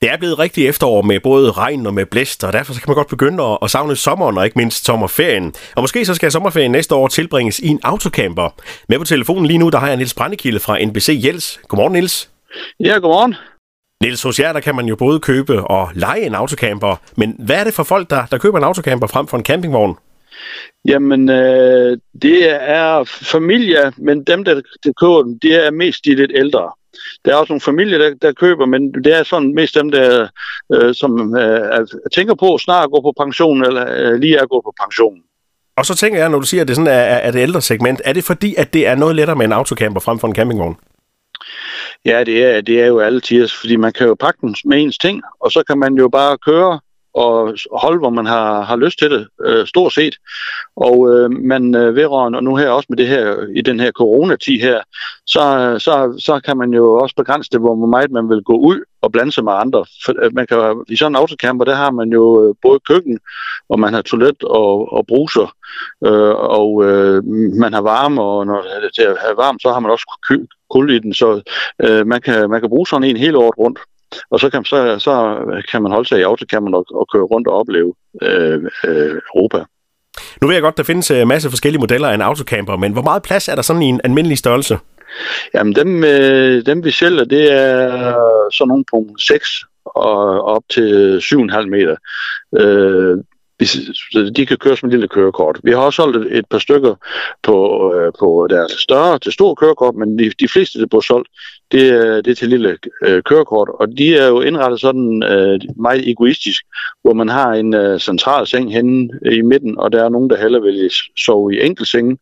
Det er blevet rigtig efterår med både regn og med blæst, og derfor så kan man godt begynde at savne sommeren og ikke mindst sommerferien. Og måske så skal sommerferien næste år tilbringes i en autocamper. Med på telefonen lige nu, der har jeg Niels Brændekilde fra NBC Jels. Godmorgen, Niels. Ja, godmorgen. Niels, hos jer der kan man jo både købe og leje en autocamper. Men hvad er det for folk, der køber en autocamper frem for en campingvogn? Jamen, det er familier, men dem, der køber dem, det er mest de lidt ældre. Der er også nogle familier, der køber, men det er sådan mest dem, der som tænker på snart at gå på pension, eller lige at gå på pension. Og så tænker jeg, når du siger, at det sådan er det ældre segment, er det fordi, at det er noget lettere med en autocamper frem for en campingvogn? Ja, det er jo alle tider, fordi man kan jo pakke den med ens ting, og så kan man jo bare køre og holde, hvor man har lyst til det, stort set. Og man vedrørende, og nu her også med det her, i den her coronatid her, så kan man jo også begrænse det, hvor meget man vil gå ud og blande sig med andre. Man kan, i sådan en autocamper, der har man jo både køkken, og man har toilet og bruser, og man har varme, og når det er til at have varme, så har man også kulde i den, så man kan bruge sådan en hele året rundt. Og så kan man holde sig i autocamperen og køre rundt og opleve Europa. Nu ved jeg godt, der findes en masse forskellige modeller af en autocamper, men hvor meget plads er der sådan i en almindelig størrelse? Jamen dem vi sælger, det er sådan nogle på 6 og op til 7,5 meter. De kan køres med lille kørekort. Vi har også solgt et par stykker på deres større til stor kørekort, men de fleste, der bliver solgt, det er til lille kørekort, og de er jo indrettet sådan meget egoistisk, hvor man har en central seng henne i midten, og der er nogen, der hellere vil sove i enkeltsengen.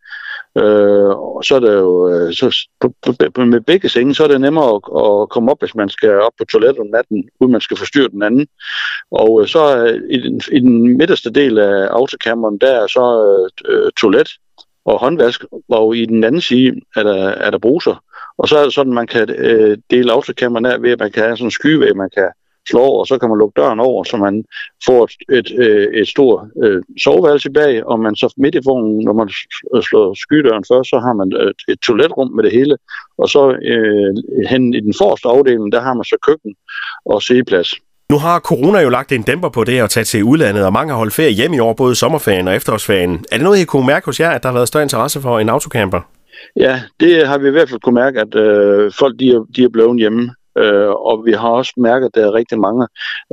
Og så er det jo med begge senge, så er det nemmere at komme op, hvis man skal op på toilettet om natten, uden man skal forstyrre den anden. Og så i den midterste del af autocamperen, der er så toilet og håndvask, og i den anden side er der bruser. Og så er det sådan, man kan dele autocamperen af ved, at man kan have sådan en skyvæg, man kan slå over, og så kan man lukke døren over, så man får et stort soveværelse bag, og man så midt i vognen, når man slår skydøren først, så har man et toiletrum med det hele, og så hen i den forreste afdeling, der har man så køkken og siddeplads. Nu har corona jo lagt en dæmper på det at tage til udlandet, og mange har holdt ferie hjemme i år, både sommerferien og efterårsferien. Er det noget, I kunne mærke hos jer, at der har været større interesse for en autocamper? Ja, det har vi i hvert fald kunne mærke, at folk de er blevet hjemme. Og vi har også mærket, at der er rigtig mange,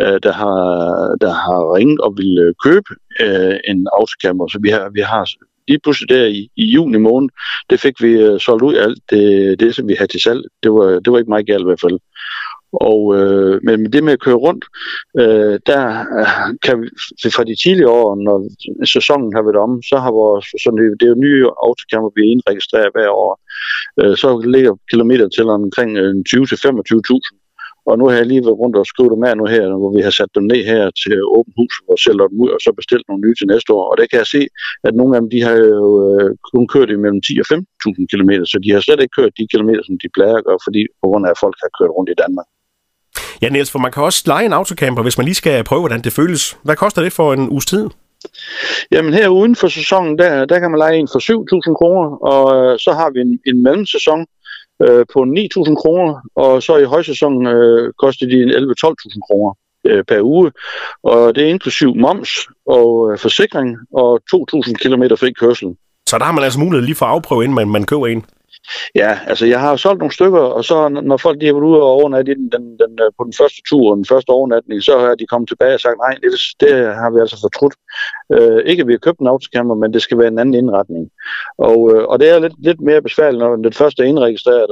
der har ringet og vil købe en autocamper. Så vi har lige pludselig der i juni måned, det fik vi solgt ud af alt det, som vi havde til salg. Det var ikke meget galt i hvert fald. Og men det med at køre rundt, der kan vi fra de tidligere år, når sæsonen har været om, så har det er jo nye autocamper, vi indregistrerer hver år. Så ligger kilometer til omkring 20-25.000. Og nu har jeg lige været rundt og skrevet dem af nu her, hvor vi har sat dem ned her til åbent hus og sælger dem ud, og så bestilt nogle nye til næste år. Og der kan jeg se, at nogle af dem, de har jo kun kørt imellem 10 og 15.000 kilometer, så de har slet ikke kørt de kilometer, som de plejer at gøre, fordi på grund af, at folk har kørt rundt i Danmark. Ja, Niels, for man kan også leje en autocamper, hvis man lige skal prøve, hvordan det føles. Hvad koster det for en uges tid? Jamen her uden for sæsonen, der kan man leje en for 7.000 kroner, og så har vi en mellemsæson på 9.000 kroner, og så i højsæsonen koster de 11-12.000 kroner per uge, og det er inklusiv moms og forsikring og 2.000 kilometer fri kørsel. Så der har man altså mulighed lige for at afprøve, inden man køber en? Ja, altså jeg har solgt nogle stykker, og så når folk de har været ude og overnat på den første tur og den første overnatning, så har de kommet tilbage og sagt, nej, det har vi altså fortrudt. Ikke at vi har købt en autocamper, men det skal være en anden indretning. Og det er lidt mere besværligt, når den første er indregistreret,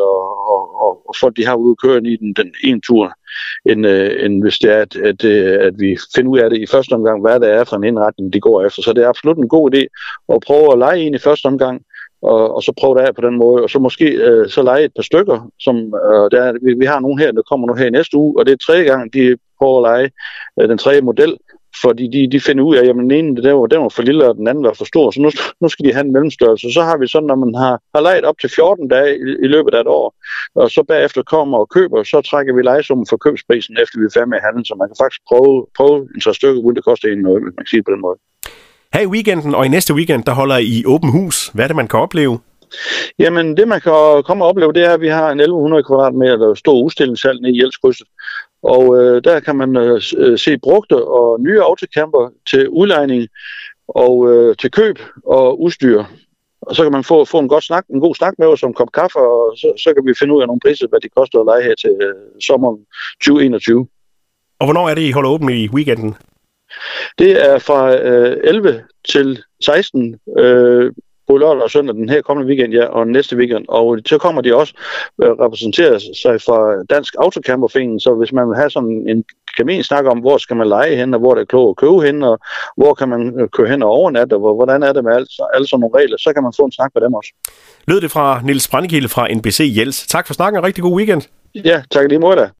og folk de har ude og køre i den ene tur, end hvis det er, at vi finder ud af det i første omgang, hvad det er for en indretning, de går efter. Så det er absolut en god idé at prøve at lege en i første omgang, og så prøve det af på den måde, og så måske så lege et par stykker, som vi har nogle her, der kommer nu her i næste uge, og det er tredje gang, de prøver at lege den tredje model, fordi de finder ud af, at den ene den var for lille, og den anden var for stor, så nu skal de have en mellemstørrelse. Så har vi sådan, når man har lejet op til 14 dage i løbet af et år, og så bagefter kommer og køber, så trækker vi lejesummen for købsprisen, efter vi er færdige med handlen, så man kan faktisk prøve en så stykke, uden det koster en noget, hvis man kan sige på den måde. Her i weekenden og i næste weekend, der holder I åben hus. Hvad er det, man kan opleve? Jamen, det man kan komme og opleve, det er, at vi har en 1100 kvadratmeter stor udstillingshal nede i Jelskrydset. Og der kan man se brugte og nye autocamper til udlejning og til køb og udstyr. Og så kan man få en god snak med os om en kop kaffe, og så kan vi finde ud af nogle priser, hvad det koster at leje her til sommeren 2021. Og hvornår er det, I holder åben i weekenden? Det er fra 11 til 16 på lørdag og søndag den her kommende weekend, ja, og næste weekend. Og så kommer de også repræsentere sig fra Dansk Autocamperforening, så hvis man vil have sådan en snak om, hvor skal man leje hen, og hvor det er klogt at købe hen, og hvor kan man køre hen og overnatte, og hvordan er det med alle sådan nogle regler, så kan man få en snak med dem også. Lød det fra Niels Brændekilde fra NBC Jels. Tak for snakken, og rigtig god weekend. Ja, tak lige måde da.